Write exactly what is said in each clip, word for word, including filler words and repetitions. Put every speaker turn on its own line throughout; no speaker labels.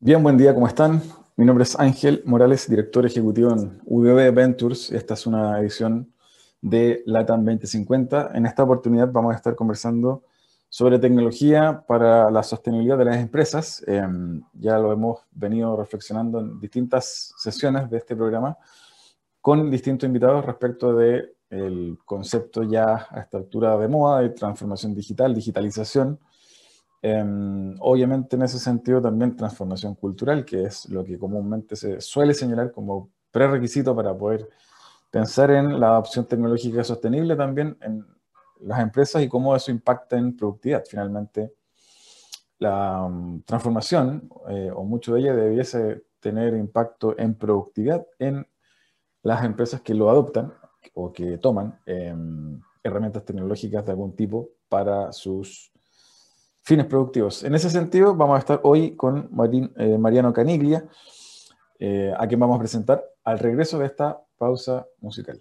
Bien, buen día, ¿cómo están? Mi nombre es Ángel Morales, director ejecutivo en U D B Ventures. Esta es una edición de LATAM dos mil cincuenta. En esta oportunidad vamos a estar conversando sobre tecnología para la sostenibilidad de las empresas. Eh, ya lo hemos venido reflexionando en distintas sesiones de este programa con distintos invitados respecto del concepto ya a esta altura de moda de transformación digital, digitalización. Eh, obviamente en ese sentido también transformación cultural, que es lo que comúnmente se suele señalar como prerequisito para poder pensar en la adopción tecnológica sostenible también en las empresas y cómo eso impacta en productividad. Finalmente, la um, transformación, eh, o mucho de ella, debiese tener impacto en productividad en las empresas que lo adoptan o que toman eh, herramientas tecnológicas de algún tipo para sus fines productivos. En ese sentido, vamos a estar hoy con Marín, eh, Mariano Caniglia, eh, a quien vamos a presentar al regreso de esta pausa musical.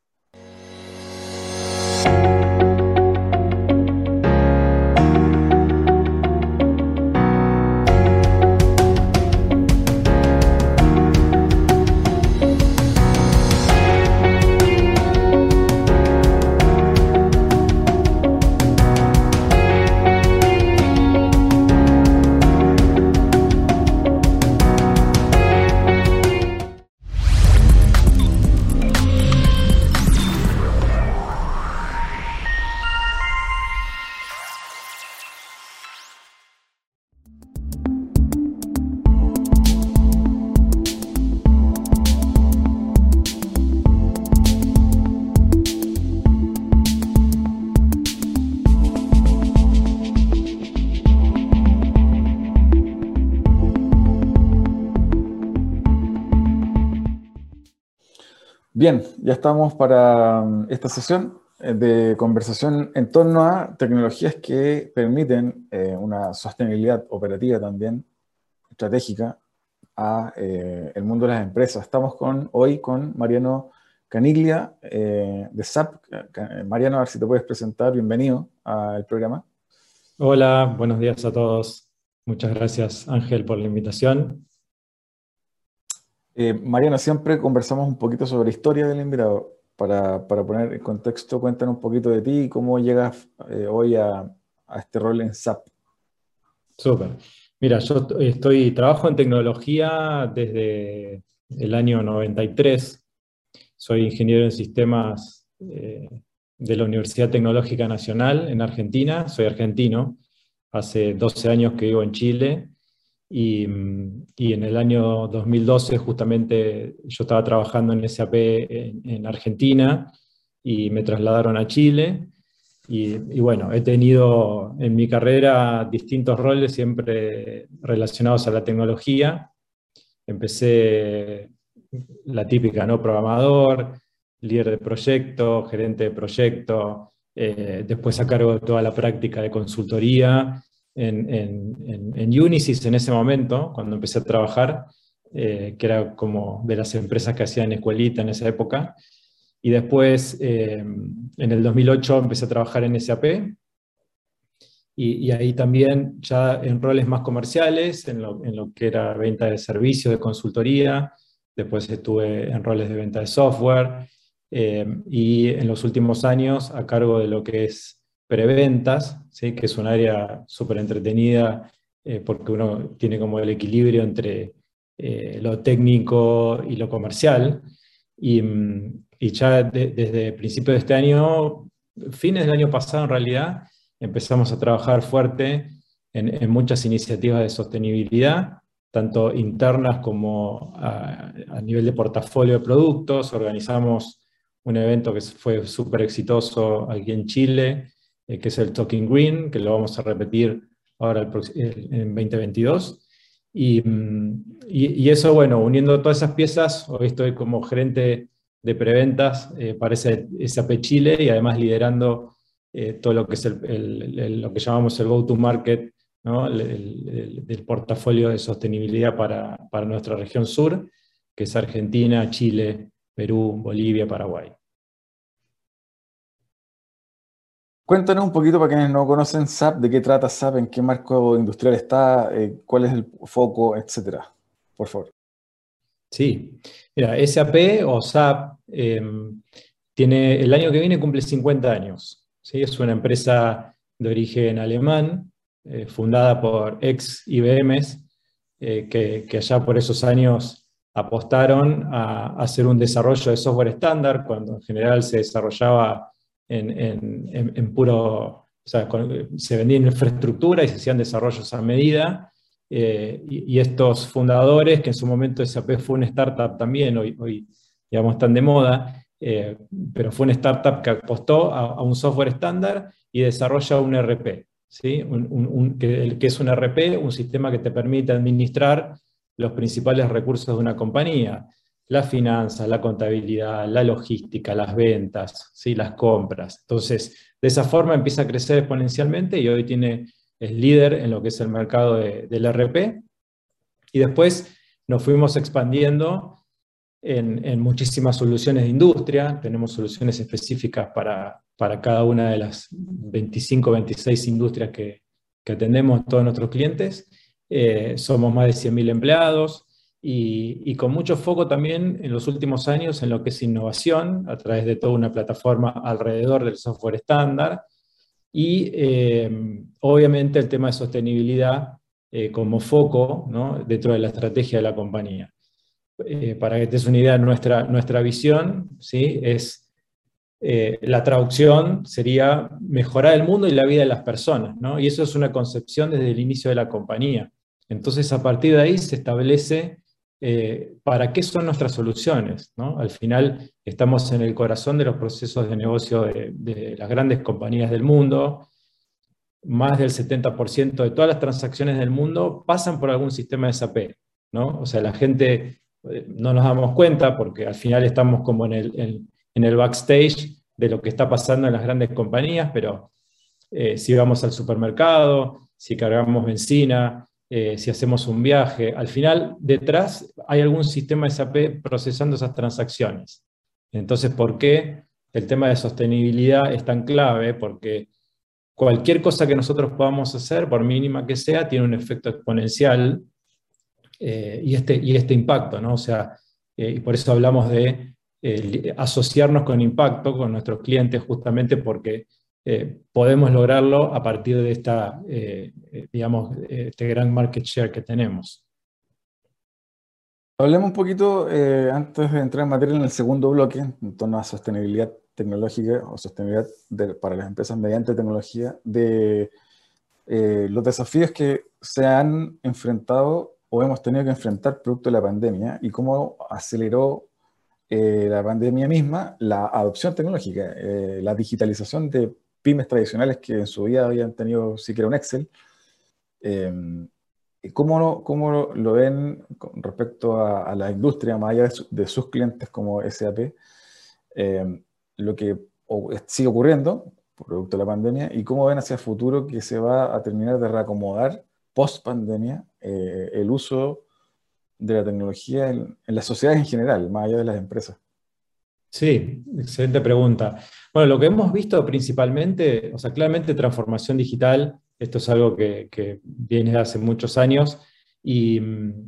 Bien, ya estamos para esta sesión de conversación en torno a tecnologías que permiten eh, una sostenibilidad operativa también, estratégica, a eh, el mundo de las empresas. Estamos con, hoy con Mariano Caniglia eh, de S A P. Mariano, a ver si te puedes presentar. Bienvenido al programa.
Hola, buenos días a todos. Muchas gracias, Ángel, por la invitación.
Eh, Mariano, siempre conversamos un poquito sobre la historia del invitado. Para, para poner en contexto, cuéntanos un poquito de ti y cómo llegas eh, hoy a, a este rol en S A P.
Súper. Mira, yo t- estoy, trabajo en tecnología desde el año noventa y tres. Soy ingeniero en sistemas eh, de la Universidad Tecnológica Nacional en Argentina. Soy argentino. Hace doce años que vivo en Chile. Y, mm, y en el año dos mil doce justamente yo estaba trabajando en S A P en, en Argentina y me trasladaron a Chile. Y, y bueno, he tenido en mi carrera distintos roles siempre relacionados a la tecnología. Empecé la típica, ¿no? Programador, líder de proyecto, gerente de proyecto, eh, después a cargo de toda la práctica de consultoría en, en, en, en Unisys en ese momento, cuando empecé a trabajar, eh, que era como de las empresas que hacían escuelita en esa época. Y después, eh, en el dos mil ocho, empecé a trabajar en S A P. Y, y ahí también ya en roles más comerciales, en lo, en lo que era venta de servicios, de consultoría. Después estuve en roles de venta de software. Eh, y en los últimos años a cargo de lo que es preventas, ¿sí? Que es un área súper entretenida, eh, porque uno tiene como el equilibrio entre eh, lo técnico y lo comercial. Y, mm, y ya de, desde principios de este año, fines del año pasado en realidad, empezamos a trabajar fuerte en, en muchas iniciativas de sostenibilidad, tanto internas como a, a nivel de portafolio de productos. Organizamos un evento que fue súper exitoso aquí en Chile, eh, que es el Talking Green, que lo vamos a repetir ahora el, el, en veinte veintidós. Y, y, y eso, bueno, uniendo todas esas piezas, hoy estoy como gerente de preventas eh, para ese S A P Chile y además liderando eh, todo lo que es el, el, el, lo que llamamos el go-to-market, ¿no? el, el, del portafolio de sostenibilidad para, para nuestra región sur, que es Argentina, Chile, Perú, Bolivia, Paraguay.
Cuéntanos un poquito para quienes no conocen S A P, de qué trata S A P, en qué marco industrial está, eh, cuál es el foco, etcétera. Por favor.
Sí, mira, S A P o S A P eh, tiene, el año que viene cumple cincuenta años. ¿Sí? Es una empresa de origen alemán, eh, fundada por ex I B Ms, eh, que, que allá por esos años apostaron a, a hacer un desarrollo de software estándar, cuando en general se desarrollaba en, en, en, en puro, o sea, con, se vendía infraestructura y se hacían desarrollos a medida. Eh, y, y estos fundadores, que en su momento S A P fue una startup también, hoy, hoy digamos están de moda, eh, pero fue una startup que apostó a, a un software estándar y desarrolla un E R P, ¿sí? un, un, un, que, que es un E R P, un sistema que te permite administrar los principales recursos de una compañía: las finanzas, la contabilidad, la logística, las ventas, ¿sí? Las compras. Entonces, de esa forma empieza a crecer exponencialmente y hoy tiene... es líder en lo que es el mercado de, del E R P, y después nos fuimos expandiendo en, en muchísimas soluciones de industria. Tenemos soluciones específicas para, para cada una de las veinticinco, veintiséis industrias que, que atendemos a todos nuestros clientes. Eh, somos más de cien mil empleados y, y con mucho foco también en los últimos años en lo que es innovación, a través de toda una plataforma alrededor del software estándar. Y eh, obviamente el tema de sostenibilidad eh, como foco, ¿no?, dentro de la estrategia de la compañía. Eh, para que te des una idea, nuestra, nuestra visión, ¿sí?, es eh, la traducción sería mejorar el mundo y la vida de las personas, ¿no? Y eso es una concepción desde el inicio de la compañía. Entonces, a partir de ahí se establece eh, para qué son nuestras soluciones, ¿no? Al final estamos en el corazón de los procesos de negocio de, de las grandes compañías del mundo. Más del setenta por ciento de todas las transacciones del mundo pasan por algún sistema de S A P, ¿no? O sea, la gente eh, no nos damos cuenta porque al final estamos como en el, en, en el backstage de lo que está pasando en las grandes compañías, pero eh, si vamos al supermercado, si cargamos benzina, eh, si hacemos un viaje, al final detrás hay algún sistema de S A P procesando esas transacciones. Entonces, ¿por qué el tema de sostenibilidad es tan clave? Porque cualquier cosa que nosotros podamos hacer, por mínima que sea, tiene un efecto exponencial eh, y, este, y este impacto, ¿no? O sea, eh, y por eso hablamos de eh, asociarnos con impacto con nuestros clientes, justamente porque eh, podemos lograrlo a partir de esta, eh, digamos, este gran market share que tenemos.
Hablemos un poquito, eh, antes de entrar en materia, en el segundo bloque, en torno a sostenibilidad tecnológica o sostenibilidad de, para las empresas mediante tecnología, de eh, los desafíos que se han enfrentado o hemos tenido que enfrentar producto de la pandemia y cómo aceleró eh, la pandemia misma la adopción tecnológica, eh, la digitalización de pymes tradicionales que en su vida habían tenido siquiera un Excel. Eh, ¿Cómo, lo, cómo lo, lo ven con respecto a, a la industria, más allá de, su, de sus clientes como S A P? Eh, lo que o, sigue ocurriendo, producto de la pandemia, y cómo ven hacia el futuro que se va a terminar de reacomodar post pandemia eh, el uso de la tecnología en, en las sociedades en general, más allá de las empresas.
Sí, excelente pregunta. Bueno, lo que hemos visto principalmente, o sea, claramente transformación digital, esto es algo que, que viene de hace muchos años, y,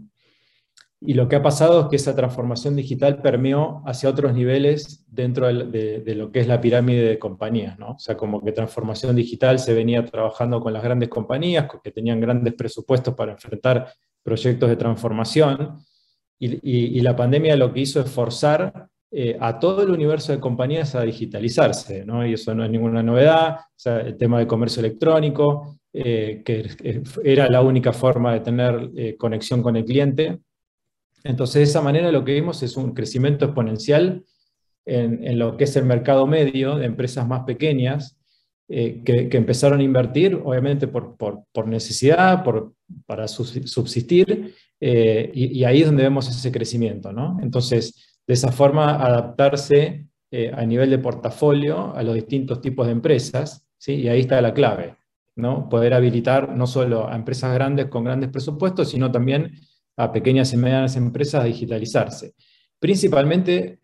y lo que ha pasado es que esa transformación digital permeó hacia otros niveles dentro de, de, de lo que es la pirámide de compañías, ¿no? O sea, como que transformación digital se venía trabajando con las grandes compañías, que tenían grandes presupuestos para enfrentar proyectos de transformación, y, y, y la pandemia lo que hizo es forzar Eh, a todo el universo de compañías a digitalizarse, ¿no? Y eso no es ninguna novedad. O sea, el tema de comercio electrónico, eh, que era la única forma de tener eh, conexión con el cliente. Entonces, de esa manera lo que vimos es un crecimiento exponencial en, en lo que es el mercado medio de empresas más pequeñas, eh, que, que empezaron a invertir, obviamente por, por, por necesidad, por, para subsistir, eh, y, y ahí es donde vemos ese crecimiento, ¿no? Entonces, de esa forma, adaptarse eh, a nivel de portafolio a los distintos tipos de empresas, ¿sí? Y ahí está la clave, ¿no? Poder habilitar no solo a empresas grandes con grandes presupuestos, sino también a pequeñas y medianas empresas a digitalizarse. Principalmente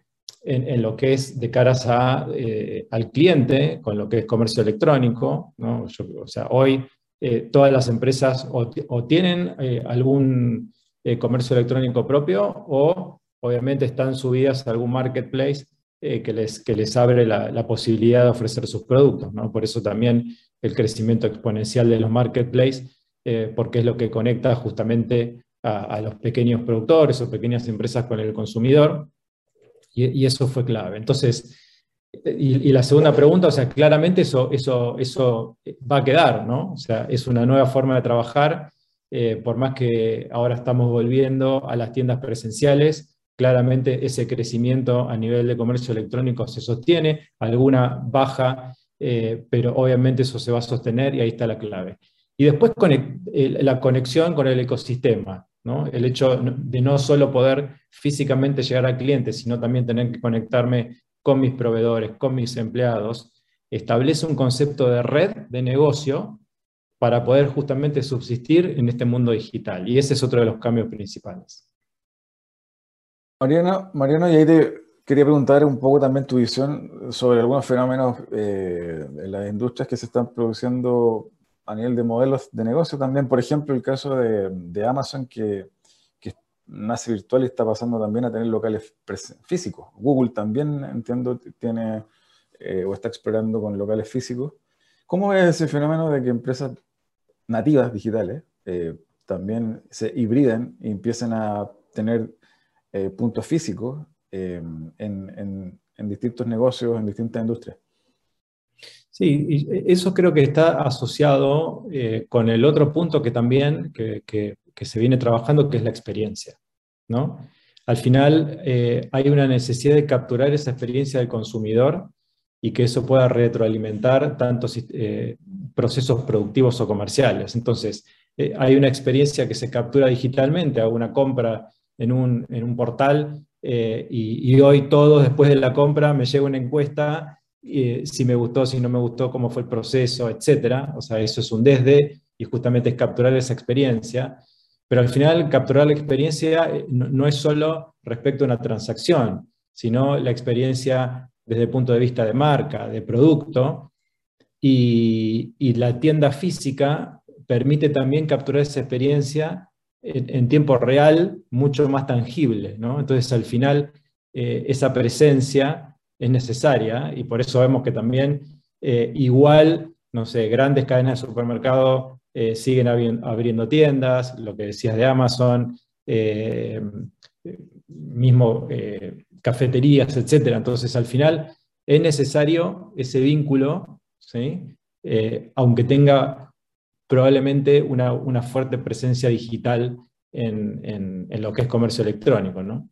en, en lo que es de caras a, eh, al cliente, con lo que es comercio electrónico, ¿no? Yo, o sea, hoy eh, todas las empresas o, o tienen eh, algún eh, comercio electrónico propio o obviamente están subidas a algún marketplace eh, que, les, que les abre la, la posibilidad de ofrecer sus productos, ¿no? Por eso también el crecimiento exponencial de los marketplaces, eh, porque es lo que conecta justamente a, a los pequeños productores o pequeñas empresas con el consumidor, y, y eso fue clave. Entonces, y, y la segunda pregunta, o sea, claramente eso, eso, eso va a quedar, ¿no? O sea, es una nueva forma de trabajar, eh, por más que ahora estamos volviendo a las tiendas presenciales, claramente ese crecimiento a nivel de comercio electrónico se sostiene, alguna baja, eh, pero obviamente eso se va a sostener y ahí está la clave. Y después la conexión con el ecosistema, ¿no? El hecho de no solo poder físicamente llegar al cliente, sino también tener que conectarme con mis proveedores, con mis empleados, establece un concepto de red de negocio para poder justamente subsistir en este mundo digital. Y ese es otro de los cambios principales.
Mariano, Mariano, y ahí te quería preguntar un poco también tu visión sobre algunos fenómenos eh, en las industrias que se están produciendo a nivel de modelos de negocio también. Por ejemplo, el caso de, de Amazon, que, que nace virtual y está pasando también a tener locales físicos. Google también, entiendo, tiene eh, o está explorando con locales físicos. ¿Cómo es ese fenómeno de que empresas nativas digitales eh, también se hibriden y empiecen a tener eh, puntos físicos eh, en, en, en distintos negocios, en distintas industrias?
Sí, y eso creo que está asociado eh, con el otro punto que también que, que, que se viene trabajando, que es la experiencia, ¿no? Al final eh, hay una necesidad de capturar esa experiencia del consumidor y que eso pueda retroalimentar tantos eh, procesos productivos o comerciales. Entonces, eh, hay una experiencia que se captura digitalmente, hago una compra en un, en un portal eh, y, y hoy todo, después de la compra, me llega una encuesta. Eh, si me gustó, si no me gustó, cómo fue el proceso, etcétera. O sea, eso es un desde y justamente es capturar esa experiencia. Pero al final, capturar la experiencia no, no es solo respecto a una transacción, sino la experiencia desde el punto de vista de marca, de producto, y, y la tienda física permite también capturar esa experiencia en, en tiempo real, mucho más tangible, ¿no? Entonces, al final, eh, esa presencia es necesaria y por eso vemos que también eh, igual, no sé, grandes cadenas de supermercado eh, siguen abri abriendo tiendas, lo que decías de Amazon, eh, mismo eh, cafeterías, etcétera. Entonces, al final es necesario ese vínculo, ¿sí? Eh, aunque tenga probablemente una, una fuerte presencia digital en, en, en lo que es comercio electrónico, ¿no?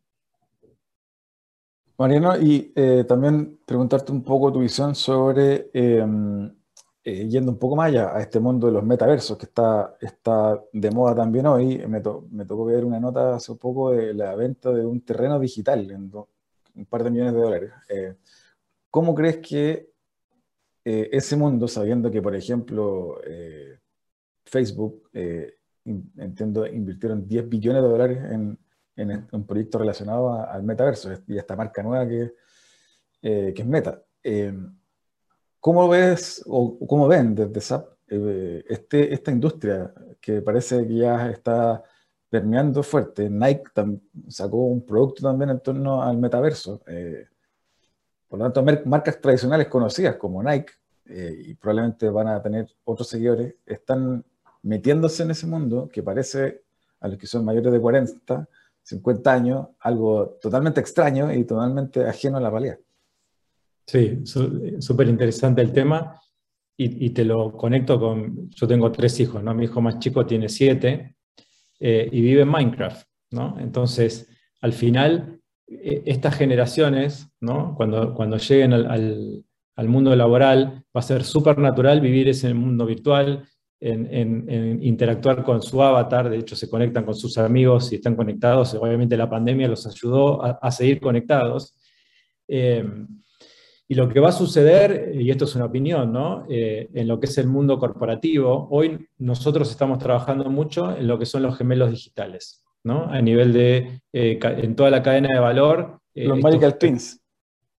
Mariano, y eh, también preguntarte un poco tu visión sobre, eh, eh, yendo un poco más allá, a este mundo de los metaversos, que está, está de moda también hoy. Me, to me tocó ver una nota hace poco de la venta de un terreno digital en un par de millones de dólares. Eh, ¿Cómo crees que eh, ese mundo, sabiendo que, por ejemplo, eh, Facebook, eh, in entiendo, invirtieron diez billones de dólares en en un proyecto relacionado a, al metaverso y a esta marca nueva que, eh, que es Meta? Eh, ¿Cómo ves o cómo ven desde S A P eh, este, esta industria que parece que ya está permeando fuerte? Nike sacó un producto también en torno al metaverso. Eh, por lo tanto, marcas tradicionales conocidas como Nike, eh, y probablemente van a tener otros seguidores, están metiéndose en ese mundo que parece a los que son mayores de cuarenta, cincuenta años, algo totalmente extraño y totalmente ajeno a la realidad.
Sí, súper interesante el tema y, y te lo conecto con, yo tengo tres hijos, ¿no? Mi hijo más chico tiene siete eh, y vive en Minecraft, ¿no? Entonces, al final, eh, estas generaciones, ¿no? Cuando, cuando lleguen al, al, al mundo laboral, va a ser súper natural vivir ese mundo virtual, En, en, en interactuar con su avatar. De hecho se conectan con sus amigos y están conectados. Obviamente la pandemia los ayudó a, a seguir conectados. Eh, y lo que va a suceder, y esto es una opinión, ¿no? Eh, en lo que es el mundo corporativo, hoy nosotros estamos trabajando mucho en lo que son los gemelos digitales, ¿no? A nivel de, eh, en toda la cadena de valor. Eh,
Los
estos,
Magical Twins.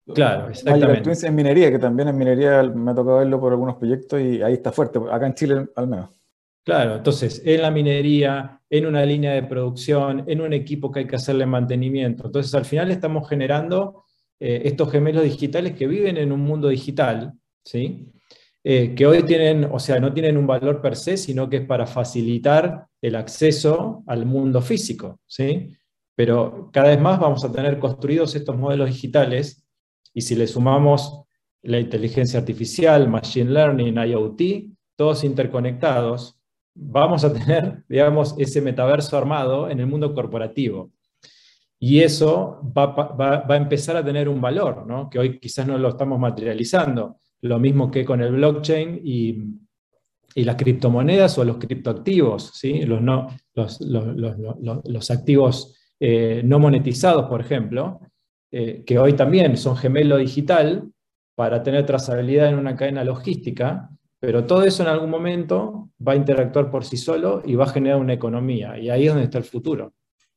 Claro, exactamente.
Magical Twins en minería, que también en minería me ha tocado verlo por algunos proyectos y ahí está fuerte, acá en Chile al menos.
Claro, entonces en la minería, en una línea de producción, en un equipo que hay que hacerle mantenimiento. Entonces al final estamos generando eh, estos gemelos digitales que viven en un mundo digital, ¿sí? Eh, que hoy tienen, o sea, no tienen un valor per se, sino que es para facilitar el acceso al mundo físico, ¿sí? Pero cada vez más vamos a tener construidos estos modelos digitales y si le sumamos la inteligencia artificial, machine learning, IoT, todos interconectados, vamos a tener, digamos, ese metaverso armado en el mundo corporativo. Y eso va, va, va a empezar a tener un valor, ¿no? Que hoy quizás no lo estamos materializando. Lo mismo que con el blockchain y, y las criptomonedas o los criptoactivos, ¿sí? Los, no, los, los, los, los, los activos eh, no monetizados, por ejemplo, eh, que hoy también son gemelo digital para tener trazabilidad en una cadena logística. Pero todo eso en algún momento va a interactuar por sí solo y va a generar una economía. Y ahí es donde está el futuro.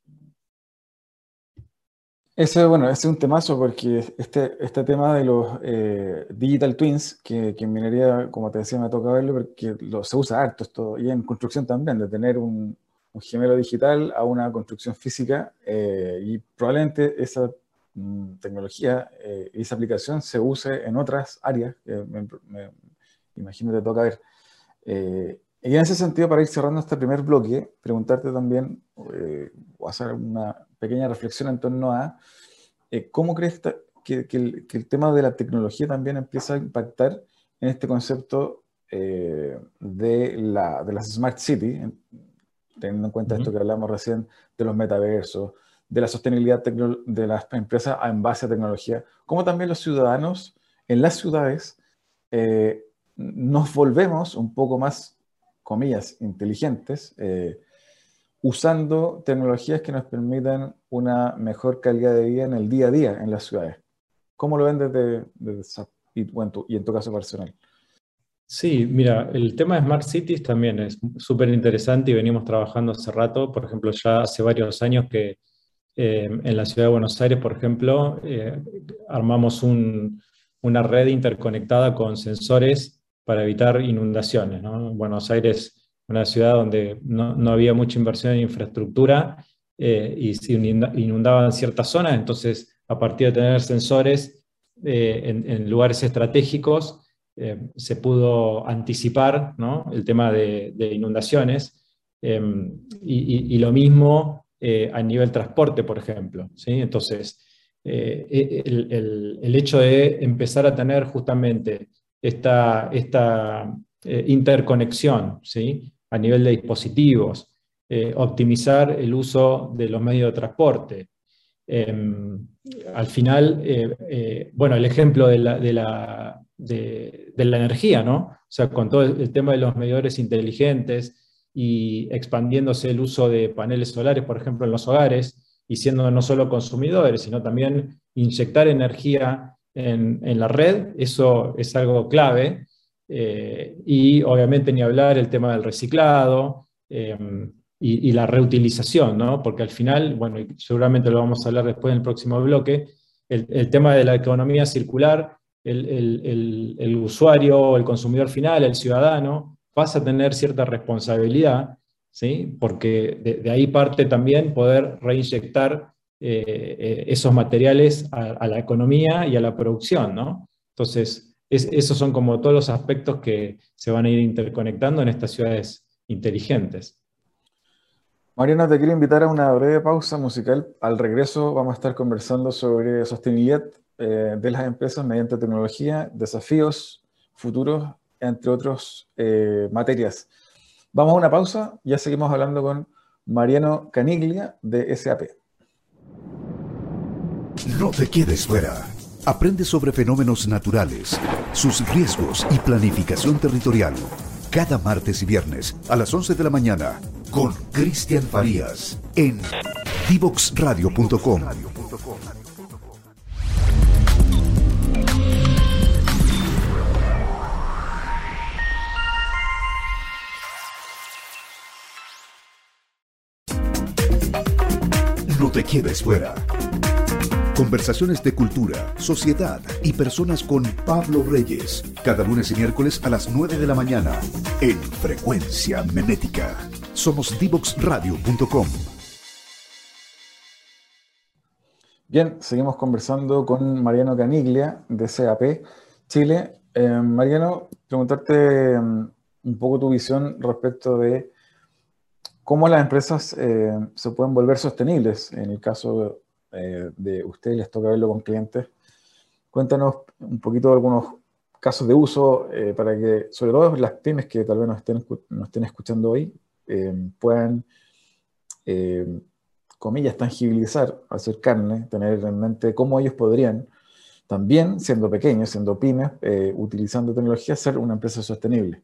Ese, bueno, ese es un temazo porque este, este tema de los eh, digital twins, que, que en minería, como te decía, me toca verlo porque lo, se usa harto esto, y en construcción también, de tener un, un gemelo digital a una construcción física, eh, y probablemente esa mm, tecnología eh, y esa aplicación se use en otras áreas, eh, me, me, imagino que te toca ver. Eh, y en ese sentido, para ir cerrando este primer bloque, preguntarte también, eh, o hacer una pequeña reflexión en torno a eh, cómo crees que, que, el, que el tema de la tecnología también empieza a impactar en este concepto eh, de, la, de las Smart Cities, teniendo en cuenta uh-huh. esto que hablamos recién de los metaversos, de la sostenibilidad de las empresas en base a tecnología, cómo también los ciudadanos en las ciudades eh, nos volvemos un poco más, comillas, inteligentes, eh, usando tecnologías que nos permitan una mejor calidad de vida en el día a día en las ciudades. ¿Cómo lo ven desde, desde S A P y, en tu, y en tu caso personal?
Sí, mira, el tema de Smart Cities también es súper interesante y venimos trabajando hace rato. Por ejemplo, ya hace varios años que eh, en la ciudad de Buenos Aires, por ejemplo, eh, armamos un, una red interconectada con sensores para evitar inundaciones, ¿no? Buenos Aires, una ciudad donde no, no había mucha inversión en infraestructura eh, y se inundaban ciertas zonas, entonces a partir de tener sensores eh, en, en lugares estratégicos eh, se pudo anticipar, ¿no? el tema de, de inundaciones eh, y, y, y lo mismo eh, a nivel transporte, por ejemplo, ¿sí? Entonces eh, el, el, el hecho de empezar a tener justamente esta, esta eh, interconexión, ¿sí? a nivel de dispositivos, eh, optimizar el uso de los medios de transporte. Eh, al final, eh, eh, bueno, el ejemplo de la, de, la, de, de la energía, ¿no? O sea, con todo el tema de los medidores inteligentes y expandiéndose el uso de paneles solares, por ejemplo, en los hogares, y siendo no solo consumidores, sino también inyectar energía en, en la red, eso es algo clave. Eh, y obviamente ni hablar el tema del reciclado eh, y, y la reutilización, ¿no? Porque al final, bueno, y seguramente lo vamos a hablar después en el próximo bloque, el, el tema de la economía circular, el, el, el, el usuario, el consumidor final, el ciudadano, pasa a tener cierta responsabilidad, ¿sí? Porque de, de ahí parte también poder reinyectar eh, esos materiales a, a la economía y a la producción, ¿no? Entonces, Es, esos son como todos los aspectos que se van a ir interconectando en estas ciudades inteligentes.
Mariano, te quiero invitar a una breve pausa musical. Al regreso vamos a estar conversando sobre sostenibilidad eh, de las empresas mediante tecnología, desafíos futuros, entre otras eh, materias. Vamos a una pausa, ya seguimos hablando con Mariano Caniglia de S A P.
No te quedes fuera. Aprende sobre fenómenos naturales, sus riesgos y planificación territorial. Cada martes y viernes a las once de la mañana con Cristian Farías en divox radio punto com. No te quedes fuera. Conversaciones de cultura, sociedad y personas con Pablo Reyes. Cada lunes y miércoles a las nueve de la mañana en Frecuencia Memética. Somos divox radio punto com.
Bien, seguimos conversando con Mariano Caniglia de C A P Chile. Eh, Mariano, preguntarte um, un poco tu visión respecto de cómo las empresas eh, se pueden volver sostenibles. En el caso eh, de ustedes, les toca verlo con clientes. Cuéntanos un poquito de algunos casos de uso eh, para que, sobre todo las pymes que tal vez nos estén, nos estén escuchando hoy, eh, puedan, eh, comillas, tangibilizar, hacer carne, tener en mente cómo ellos podrían, también siendo pequeños, siendo pymes, eh, utilizando tecnología, ser una empresa sostenible.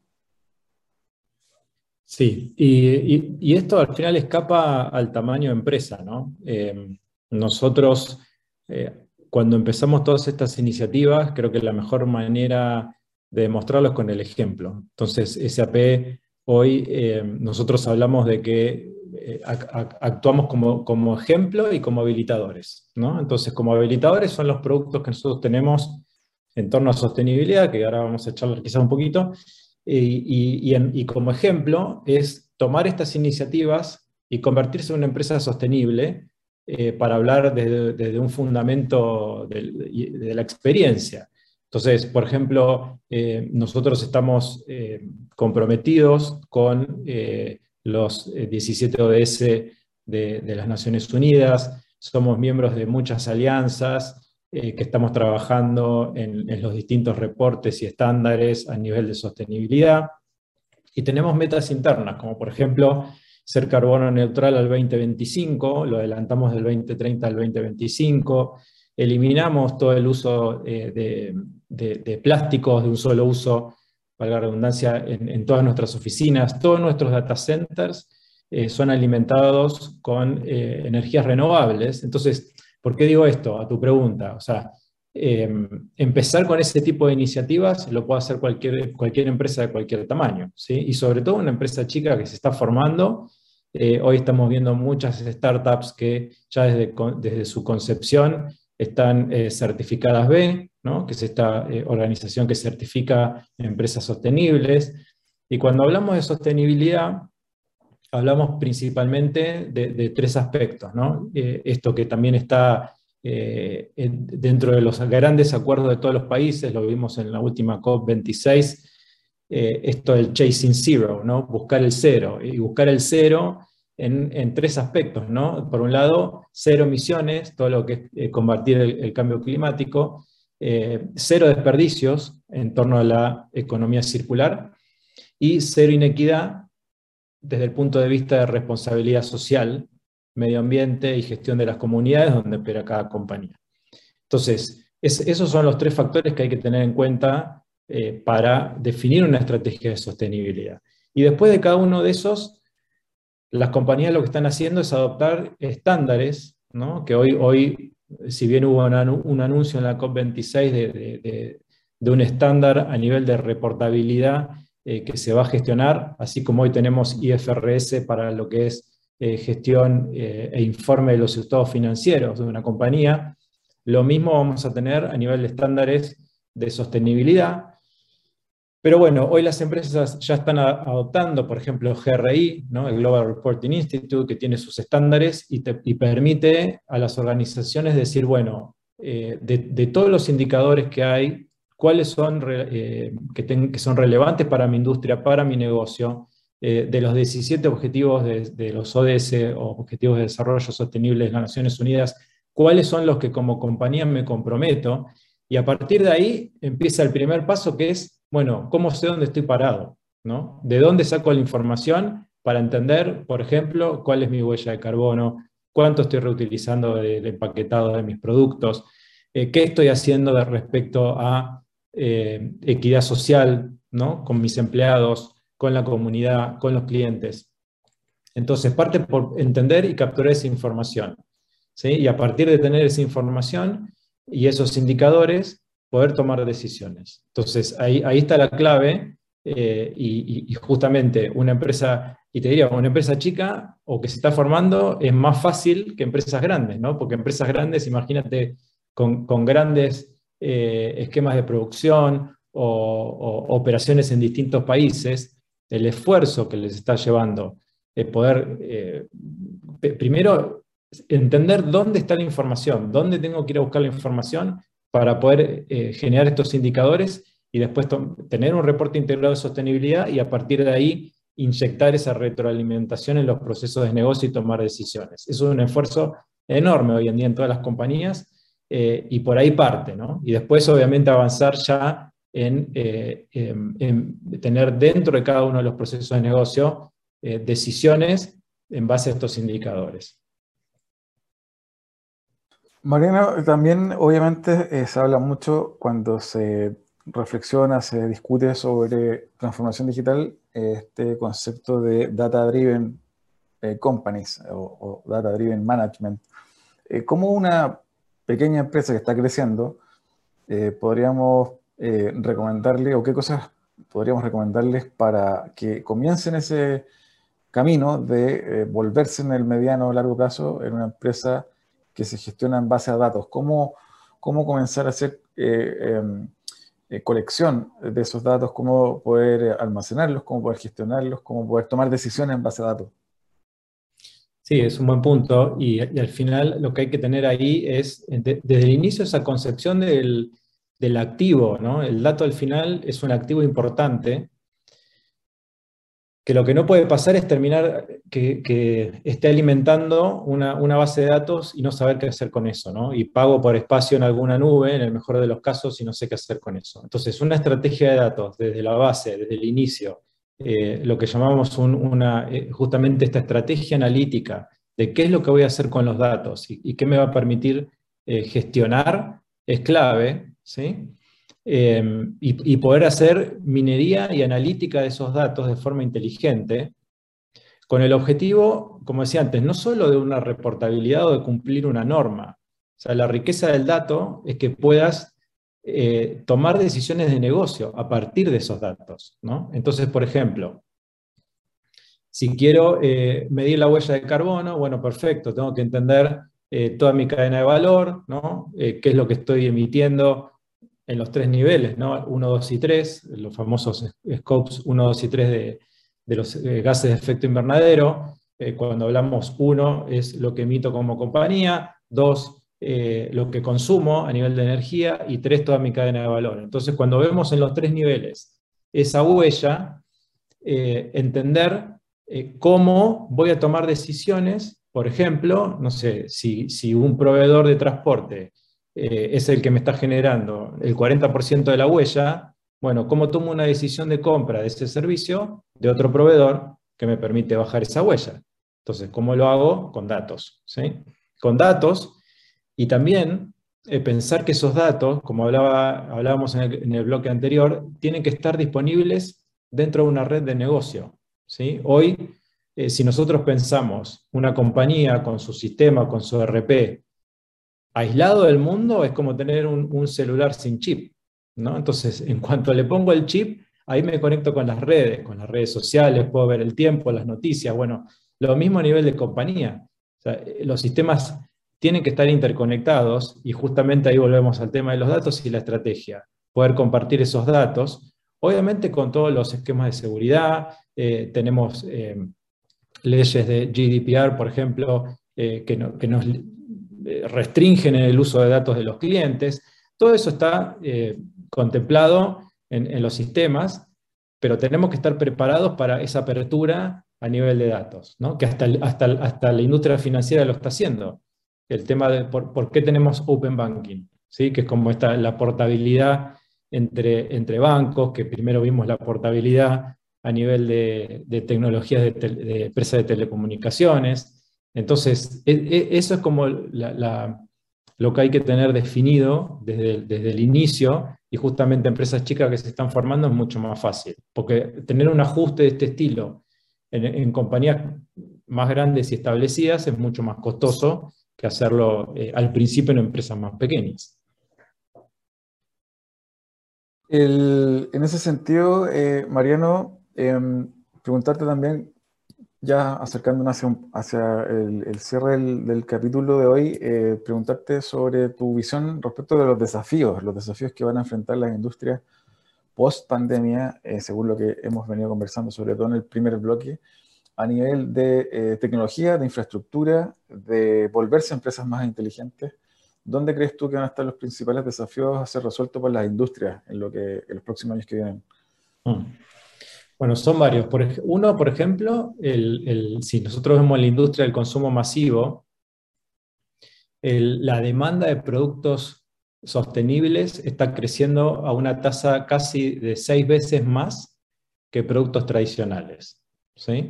Sí, y, y, y esto al final escapa al tamaño de empresa, ¿no? Eh, nosotros, eh, cuando empezamos todas estas iniciativas, creo que la mejor manera de demostrarlo es con el ejemplo. Entonces, S A P, hoy eh, nosotros hablamos de que eh, actuamos como, como ejemplo y como habilitadores, ¿no? Entonces, como habilitadores son los productos que nosotros tenemos en torno a sostenibilidad, que ahora vamos a charlar quizás un poquito. Y, y, y, en, y como ejemplo es tomar estas iniciativas y convertirse en una empresa sostenible eh, para hablar desde, desde un fundamento de, de la experiencia. Entonces, por ejemplo, eh, nosotros estamos eh, comprometidos con eh, los diecisiete O D S de, de las Naciones Unidas, somos miembros de muchas alianzas, Eh, que estamos trabajando en, en los distintos reportes y estándares a nivel de sostenibilidad. Y tenemos metas internas, como por ejemplo, ser carbono neutral al veinte veinticinco, lo adelantamos del veinte treinta al veinte veinticinco, eliminamos todo el uso eh, de, de, de plásticos de un solo uso, valga la redundancia, en, en todas nuestras oficinas. Todos nuestros data centers eh, son alimentados con eh, energías renovables. Entonces, ¿por qué digo esto? A tu pregunta. O sea, eh, empezar con ese tipo de iniciativas lo puede hacer cualquier, cualquier empresa de cualquier tamaño, ¿sí? Y sobre todo una empresa chica que se está formando. Eh, hoy estamos viendo muchas startups que ya desde, desde su concepción están eh, certificadas B, ¿no? Que es esta eh, organización que certifica empresas sostenibles. Y cuando hablamos de sostenibilidad, hablamos principalmente de, de tres aspectos, ¿no? Eh, esto que también está eh, en, dentro de los grandes acuerdos de todos los países, lo vimos en la última COP veintiséis, eh, esto del chasing zero, ¿no? Buscar el cero, y buscar el cero en, en tres aspectos, ¿no? Por un lado, cero emisiones, todo lo que es eh, combatir el, el cambio climático, eh, cero desperdicios en torno a la economía circular, y cero inequidad desde el punto de vista de responsabilidad social, medio ambiente y gestión de las comunidades donde opera cada compañía. Entonces, es, esos son los tres factores que hay que tener en cuenta eh, para definir una estrategia de sostenibilidad. Y después de cada uno de esos, las compañías lo que están haciendo es adoptar estándares, ¿no? Que hoy, hoy, si bien hubo una, un anuncio en la COP veintiséis de, de, de, de un estándar a nivel de reportabilidad Eh, que se va a gestionar, así como hoy tenemos I F R S para lo que es eh, gestión eh, e informe de los estados financieros de una compañía, lo mismo vamos a tener a nivel de estándares de sostenibilidad. Pero bueno, hoy las empresas ya están a, adoptando, por ejemplo, G R I, ¿no? El Global Reporting Institute, que tiene sus estándares y, te, y permite a las organizaciones decir, bueno, eh, de, de todos los indicadores que hay, cuáles son, eh, que, ten, que son relevantes para mi industria, para mi negocio, eh, de los diecisiete objetivos de, de los O D S, o Objetivos de Desarrollo Sostenible de las Naciones Unidas, cuáles son los que como compañía me comprometo, y a partir de ahí empieza el primer paso, que es, bueno, ¿cómo sé dónde estoy parado? ¿No? ¿De dónde saco la información para entender, por ejemplo, cuál es mi huella de carbono, cuánto estoy reutilizando del empaquetado de mis productos, eh, qué estoy haciendo de respecto a Eh, equidad social, ¿no? Con mis empleados, con la comunidad, con los clientes. Entonces, parte por entender y capturar esa información, ¿sí? Y a partir de tener esa información y esos indicadores, poder tomar decisiones. Entonces, ahí, ahí está la clave eh, y, y justamente una empresa, y te diría, una empresa chica o que se está formando es más fácil que empresas grandes, ¿no? Porque empresas grandes, imagínate, con, con grandes eh, esquemas de producción o, o operaciones en distintos países, el esfuerzo que les está llevando, eh, poder, eh, primero, entender dónde está la información, dónde tengo que ir a buscar la información para poder eh, generar estos indicadores y después tener un reporte integrado de sostenibilidad y a partir de ahí inyectar esa retroalimentación en los procesos de negocio y tomar decisiones. Eso es un esfuerzo enorme hoy en día en todas las compañías eh, y por ahí parte, ¿no? Y después obviamente avanzar ya en, eh, en, en tener dentro de cada uno de los procesos de negocio eh, decisiones en base a estos indicadores.
Mariano, también obviamente eh, se habla mucho cuando se reflexiona, se discute sobre transformación digital, eh, este concepto de data-driven eh, companies o, o data-driven management. Eh, ¿Cómo una pequeña empresa que está creciendo eh, podríamos eh, recomendarle o qué cosas podríamos recomendarles para que comiencen ese camino de eh, volverse en el mediano o largo plazo en una empresa que se gestiona en base a datos? ¿Cómo, cómo comenzar a hacer eh, eh, eh, colección de esos datos? ¿Cómo poder eh, almacenarlos? ¿Cómo poder gestionarlos? ¿Cómo poder tomar decisiones en base a datos?
Sí, es un buen punto y, y al final lo que hay que tener ahí es, de, desde el inicio, esa concepción del, del activo, ¿no? El dato al final es un activo importante, que lo que no puede pasar es terminar que, que esté alimentando una, una base de datos y no saber qué hacer con eso, ¿no? Y pago por espacio en alguna nube, en el mejor de los casos, y no sé qué hacer con eso. Entonces, una estrategia de datos desde la base, desde el inicio, eh, lo que llamamos un, una, eh, justamente esta estrategia analítica de qué es lo que voy a hacer con los datos y, y qué me va a permitir eh, gestionar, es clave, ¿sí? Eh, y, y poder hacer minería y analítica de esos datos de forma inteligente, con el objetivo, como decía antes, no solo de una reportabilidad o de cumplir una norma. O sea, la riqueza del dato es que puedas eh, tomar decisiones de negocio a partir de esos datos, ¿no? Entonces, por ejemplo, si quiero eh, medir la huella de carbono, bueno, perfecto, tengo que entender eh, toda mi cadena de valor, ¿no? Eh, qué es lo que estoy emitiendo en los tres niveles, ¿no? uno, dos y tres, los famosos scopes uno, dos y tres de, de los eh, gases de efecto invernadero. Eh, cuando hablamos uno es lo que emito como compañía, dos eh, lo que consumo a nivel de energía y tres toda mi cadena de valor. Entonces cuando vemos en los tres niveles esa huella, eh, entender eh, cómo voy a tomar decisiones, por ejemplo, no sé, si, si un proveedor de transporte Eh, es el que me está generando el cuarenta por ciento de la huella, bueno, ¿cómo tomo una decisión de compra de ese servicio de otro proveedor que me permite bajar esa huella? Entonces, ¿cómo lo hago? Con datos, ¿sí? Con datos y también eh, pensar que esos datos, como hablaba, hablábamos en el, en el bloque anterior, tienen que estar disponibles dentro de una red de negocio, ¿sí? Hoy, eh, si nosotros pensamos una compañía con su sistema, con su E R P, aislado del mundo, es como tener un, un celular sin chip, ¿no? Entonces, en cuanto le pongo el chip, ahí me conecto con las redes, con las redes sociales, puedo ver el tiempo, las noticias, bueno, lo mismo a nivel de compañía. O sea, los sistemas tienen que estar interconectados y justamente ahí volvemos al tema de los datos y la estrategia. Poder compartir esos datos, obviamente con todos los esquemas de seguridad, eh, tenemos eh, leyes de G D P R, por ejemplo, eh, que, no, que nos restringen el uso de datos de los clientes. Todo eso está eh, contemplado en, en los sistemas, pero tenemos que estar preparados para esa apertura a nivel de datos, ¿no? Que hasta, hasta, hasta la industria financiera lo está haciendo. El tema de por, por qué tenemos Open Banking, ¿sí? Que es como esta, la portabilidad entre, entre bancos, que primero vimos la portabilidad a nivel de, de tecnologías de, te, de empresas de telecomunicaciones. Entonces, eso es como la, la, lo que hay que tener definido desde, desde el inicio, y justamente empresas chicas que se están formando es mucho más fácil, porque tener un ajuste de este estilo en, en compañías más grandes y establecidas es mucho más costoso que hacerlo eh, al principio en empresas más pequeñas.
El, en ese sentido, eh, Mariano, em, preguntarte también, ya acercándonos hacia, un- hacia el, el cierre del, del capítulo de hoy, eh, preguntarte sobre tu visión respecto de los desafíos, los desafíos que van a enfrentar las industrias post pandemia, eh, según lo que hemos venido conversando, sobre todo en el primer bloque, a nivel de eh, tecnología, de infraestructura, de volverse empresas más inteligentes. ¿Dónde crees tú que van a estar los principales desafíos a ser resueltos por las industrias en, lo que, en los próximos años que vienen?
Mm. Bueno, son varios. Por ej- uno, por ejemplo, el, el- si nosotros vemos la industria del consumo masivo, el- la demanda de productos sostenibles está creciendo a una tasa casi de seis veces más que productos tradicionales. ¿Sí?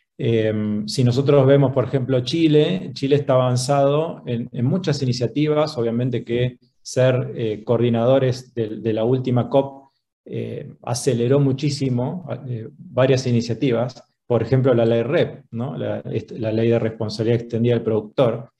Eh, si nosotros vemos, por ejemplo, Chile, Chile está avanzado en, en muchas iniciativas, obviamente que ser eh, coordinadores de, de la última COP eh, aceleró muchísimo eh, varias iniciativas, por ejemplo la ley R E P, ¿no? la, la ley de responsabilidad extendida del productor,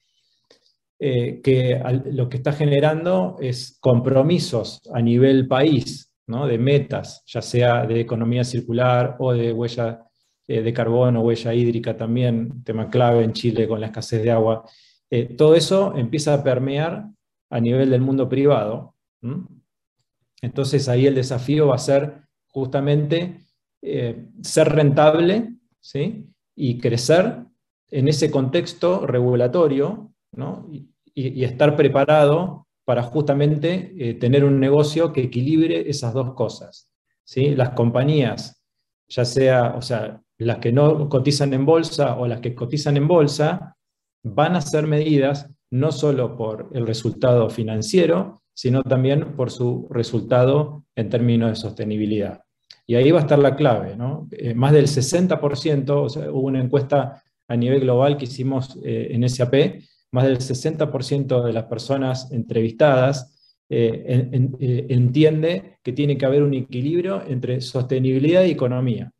eh, que al, lo que está generando es compromisos a nivel país, ¿no? De metas, ya sea de economía circular o de huella eh, de carbono, huella hídrica también, tema clave en Chile con la escasez de agua. Eh, todo eso empieza a permear a nivel del mundo privado. ¿Mm? Entonces ahí el desafío va a ser justamente eh, ser rentable, ¿sí? Y crecer en ese contexto regulatorio, ¿no? y, y, estar preparado para justamente eh, tener un negocio que equilibre esas dos cosas. ¿Sí? Las compañías, ya sea, o sea, las que no cotizan en bolsa o las que cotizan en bolsa, van a ser medidas no solo por el resultado financiero, sino también por su resultado en términos de sostenibilidad. Y ahí va a estar la clave, ¿no? Eh, más del sesenta por ciento, o sea, hubo una encuesta a nivel global que hicimos eh, en S A P, más del sesenta por ciento de las personas entrevistadas eh, en, en, eh, entiende que tiene que haber un equilibrio entre sostenibilidad y economía.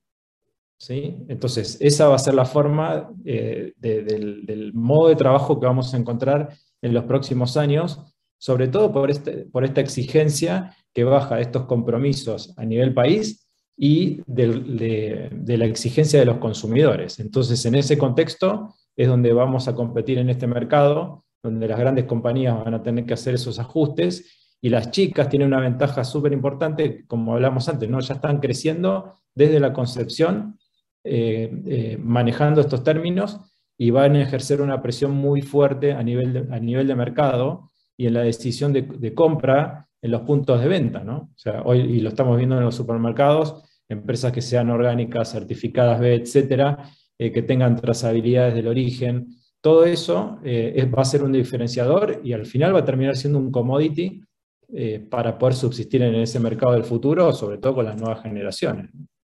¿Sí? Entonces, esa va a ser la forma eh, de, del, del modo de trabajo que vamos a encontrar en los próximos años, sobre todo por, este, por esta exigencia que baja estos compromisos a nivel país y del, de, de la exigencia de los consumidores. Entonces, en ese contexto es donde vamos a competir en este mercado, donde las grandes compañías van a tener que hacer esos ajustes y las chicas tienen una ventaja súper importante, como hablamos antes, ¿no? Ya están creciendo desde la concepción, Eh, eh, manejando estos términos y van a ejercer una presión muy fuerte a nivel de, a nivel de mercado y en la decisión de, de compra en los puntos de venta, ¿no? O sea, hoy, y lo estamos viendo en los supermercados, empresas que sean orgánicas, certificadas B, etcétera, eh, que tengan trazabilidades del origen, todo eso eh, es, va a ser un diferenciador y al final va a terminar siendo un commodity eh, para poder subsistir en ese mercado del futuro, sobre todo con las nuevas generaciones.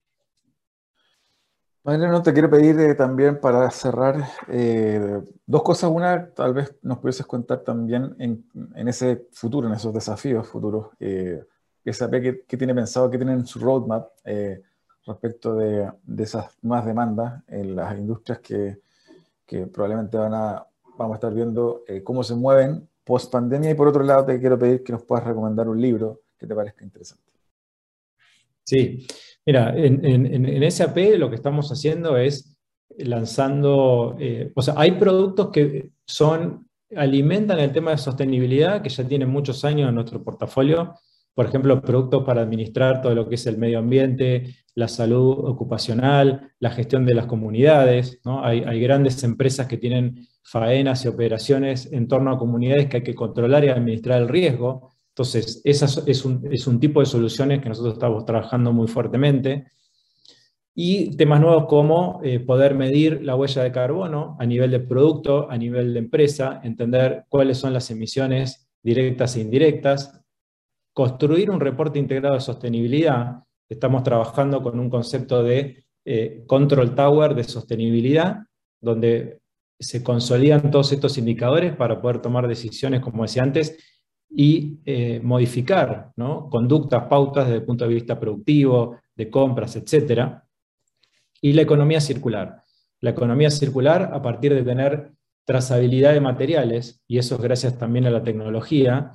Mariano, te quiero pedir eh, también para cerrar eh, dos cosas. Una, tal vez nos pudieses contar también en, en ese futuro, en esos desafíos futuros, eh, S A P qué, qué tiene pensado, qué tiene en su roadmap eh, respecto de, de esas nuevas demandas en las industrias que, que probablemente van a, vamos a estar viendo eh, cómo se mueven post pandemia. Y por otro lado, te quiero pedir que nos puedas recomendar un libro que te parezca interesante.
Sí, mira, en, en, en S A P lo que estamos haciendo es lanzando, eh, o sea, hay productos que son, alimentan el tema de sostenibilidad, que ya tienen muchos años en nuestro portafolio, por ejemplo, productos para administrar todo lo que es el medio ambiente, la salud ocupacional, la gestión de las comunidades, ¿no? Hay, hay grandes empresas que tienen faenas y operaciones en torno a comunidades que hay que controlar y administrar el riesgo. Entonces, esa es un, es un tipo de soluciones que nosotros estamos trabajando muy fuertemente. Y temas nuevos como eh, poder medir la huella de carbono a nivel de producto, a nivel de empresa, entender cuáles son las emisiones directas e indirectas, construir un reporte integrado de sostenibilidad. Estamos trabajando con un concepto de eh, control tower de sostenibilidad, donde se consolidan todos estos indicadores para poder tomar decisiones, como decía antes, y eh, modificar, ¿no? Conductas, pautas desde el punto de vista productivo, de compras, etcétera. Y la economía circular. La economía circular, a partir de tener trazabilidad de materiales, y eso es gracias también a la tecnología,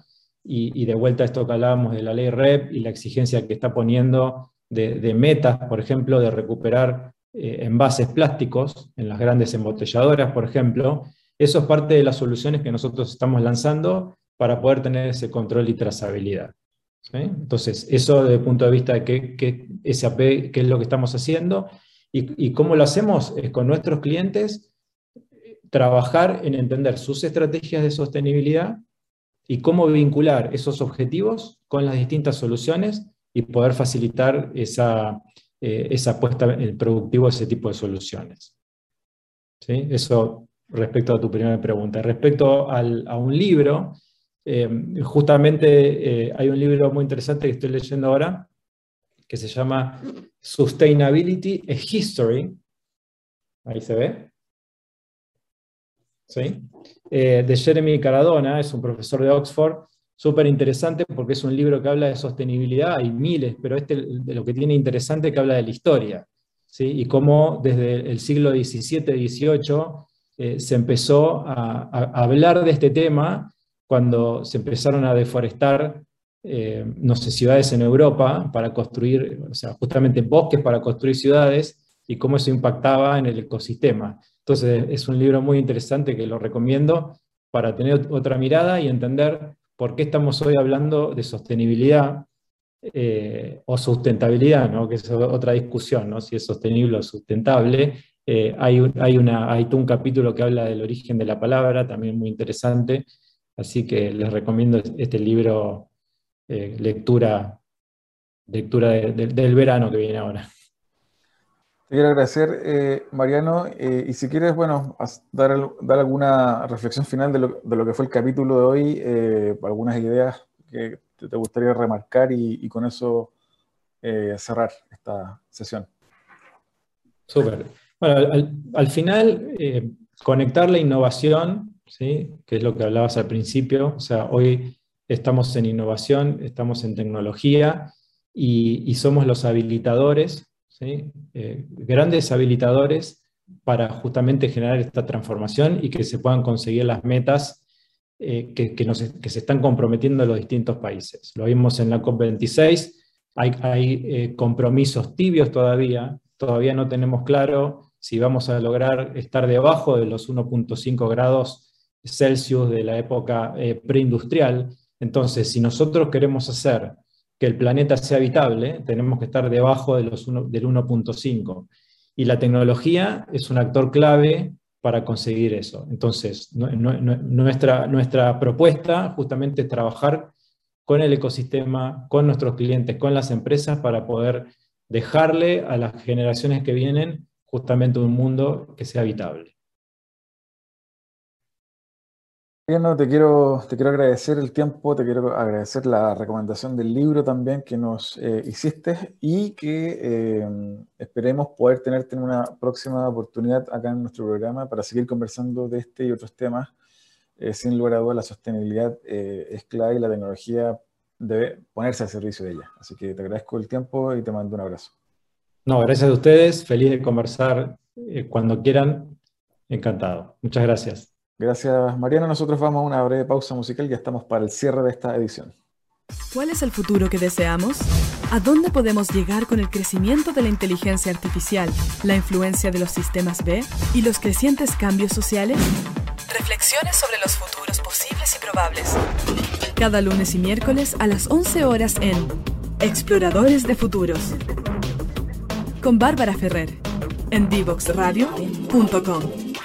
y, y de vuelta a esto que hablábamos de la ley R E P y la exigencia que está poniendo de, de metas, por ejemplo, de recuperar eh, envases plásticos en las grandes embotelladoras, por ejemplo, eso es parte de las soluciones que nosotros estamos lanzando para poder tener ese control y trazabilidad. ¿Sí? Entonces, eso desde el punto de vista de qué, qué, S A P, qué es lo que estamos haciendo, y, y cómo lo hacemos es con nuestros clientes, trabajar en entender sus estrategias de sostenibilidad y cómo vincular esos objetivos con las distintas soluciones y poder facilitar esa, eh, esa puesta en productivo de ese tipo de soluciones. ¿Sí? Eso respecto a tu primera pregunta. Respecto al, a un libro, eh, justamente eh, hay un libro muy interesante que estoy leyendo ahora, que se llama Sustainability a History. Ahí se ve. ¿Sí? Eh, de Jeremy Caradona, es un profesor de Oxford, súper interesante porque es un libro que habla de sostenibilidad, hay miles, pero este de lo que tiene interesante es que habla de la historia, ¿sí? Y cómo desde el siglo diecisiete dieciocho eh, se empezó a, a hablar de este tema cuando se empezaron a deforestar eh, no sé, ciudades en Europa para construir, o sea, justamente bosques para construir ciudades, y cómo eso impactaba en el ecosistema. Entonces es un libro muy interesante que lo recomiendo para tener otra mirada y entender por qué estamos hoy hablando de sostenibilidad eh, o sustentabilidad, ¿no? Que es otra discusión, ¿no? Si es sostenible o sustentable. Eh, hay, un, hay, una, hay un capítulo que habla del origen de la palabra, también muy interesante, así que les recomiendo este libro, eh, lectura, lectura de, de, del verano que viene ahora.
Te quiero agradecer, eh, Mariano, eh, y si quieres, bueno, dar, dar alguna reflexión final de lo, de lo que fue el capítulo de hoy, eh, algunas ideas que te gustaría remarcar y, y con eso eh, cerrar esta sesión.
Súper. Bueno, al, al final, eh, conectar la innovación, ¿sí? Que es lo que hablabas al principio, o sea, hoy estamos en innovación, estamos en tecnología y, y somos los habilitadores, ¿sí? Eh, grandes habilitadores para justamente generar esta transformación y que se puedan conseguir las metas eh, que, que, nos, que se están comprometiendo los distintos países. Lo vimos en la COP veintiséis, hay, hay eh, compromisos tibios todavía, todavía no tenemos claro si vamos a lograr estar debajo de los uno punto cinco grados Celsius de la época eh, preindustrial. Entonces, si nosotros queremos hacer que el planeta sea habitable, tenemos que estar debajo de los uno, del uno punto cinco. Y la tecnología es un actor clave para conseguir eso. Entonces, no, no, nuestra, nuestra propuesta justamente es trabajar con el ecosistema, con nuestros clientes, con las empresas, para poder dejarle a las generaciones que vienen justamente un mundo que sea habitable.
Mariano, te quiero, te quiero agradecer el tiempo, te quiero agradecer la recomendación del libro también que nos eh, hiciste y que eh, esperemos poder tenerte en una próxima oportunidad acá en nuestro programa para seguir conversando de este y otros temas. Eh, sin lugar a dudas, la sostenibilidad eh, es clave y la tecnología debe ponerse al servicio de ella. Así que te agradezco el tiempo y te mando un abrazo.
No, gracias a ustedes, feliz de conversar eh, cuando quieran, encantado. Muchas gracias.
Gracias, Mariano. Nosotros vamos a una breve pausa musical, ya estamos para el cierre de esta edición.
¿Cuál es el futuro que deseamos? ¿A dónde podemos llegar con el crecimiento de la inteligencia artificial, la influencia de los sistemas B y los crecientes cambios sociales? Reflexiones sobre los futuros posibles y probables. Cada lunes y miércoles a las once horas en Exploradores de Futuros. Con Bárbara Ferrer, en divox radio punto com.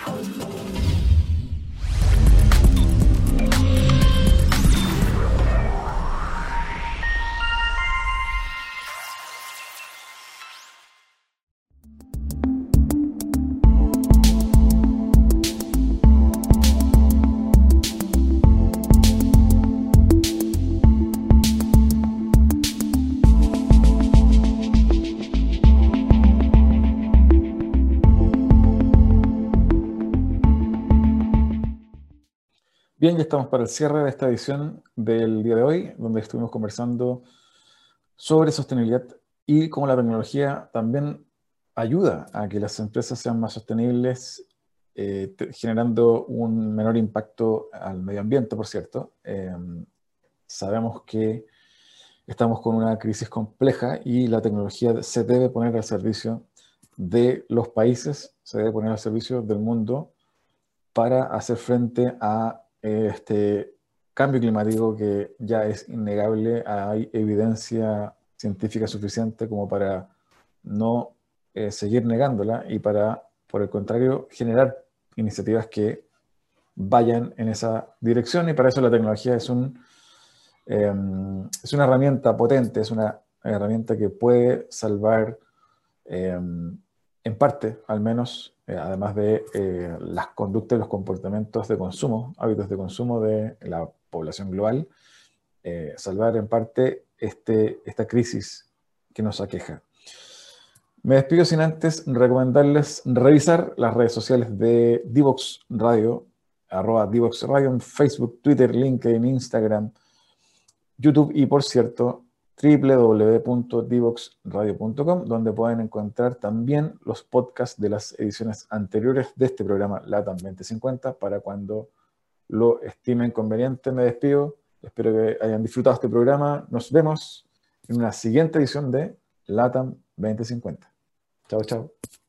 Bien, ya estamos para el cierre de esta edición del día de hoy, donde estuvimos conversando sobre sostenibilidad y cómo la tecnología también ayuda a que las empresas sean más sostenibles, eh, generando un menor impacto al medio ambiente, por cierto, eh, sabemos que estamos con una crisis compleja y la tecnología se debe poner al servicio de los países, se debe poner al servicio del mundo para hacer frente a este cambio climático que ya es innegable. Hay evidencia científica suficiente como para no eh, seguir negándola y para, por el contrario, generar iniciativas que vayan en esa dirección, y para eso la tecnología es, un, eh, es una herramienta potente, es una herramienta que puede salvar, eh, en parte al menos, eh, además de eh, las conductas y los comportamientos de consumo, hábitos de consumo de la población global, eh, salvar en parte este, esta crisis que nos aqueja. Me despido sin antes recomendarles revisar las redes sociales de Divox Radio, arroba Divox Radio en Facebook, Twitter, LinkedIn, Instagram, YouTube y, por cierto, doble u doble u doble u punto divox radio punto com, donde pueden encontrar también los podcasts de las ediciones anteriores de este programa LATAM veinte cincuenta para cuando lo estimen conveniente. Me despido, espero que hayan disfrutado este programa. Nos vemos en una siguiente edición de LATAM veinte cincuenta. Chao, chao.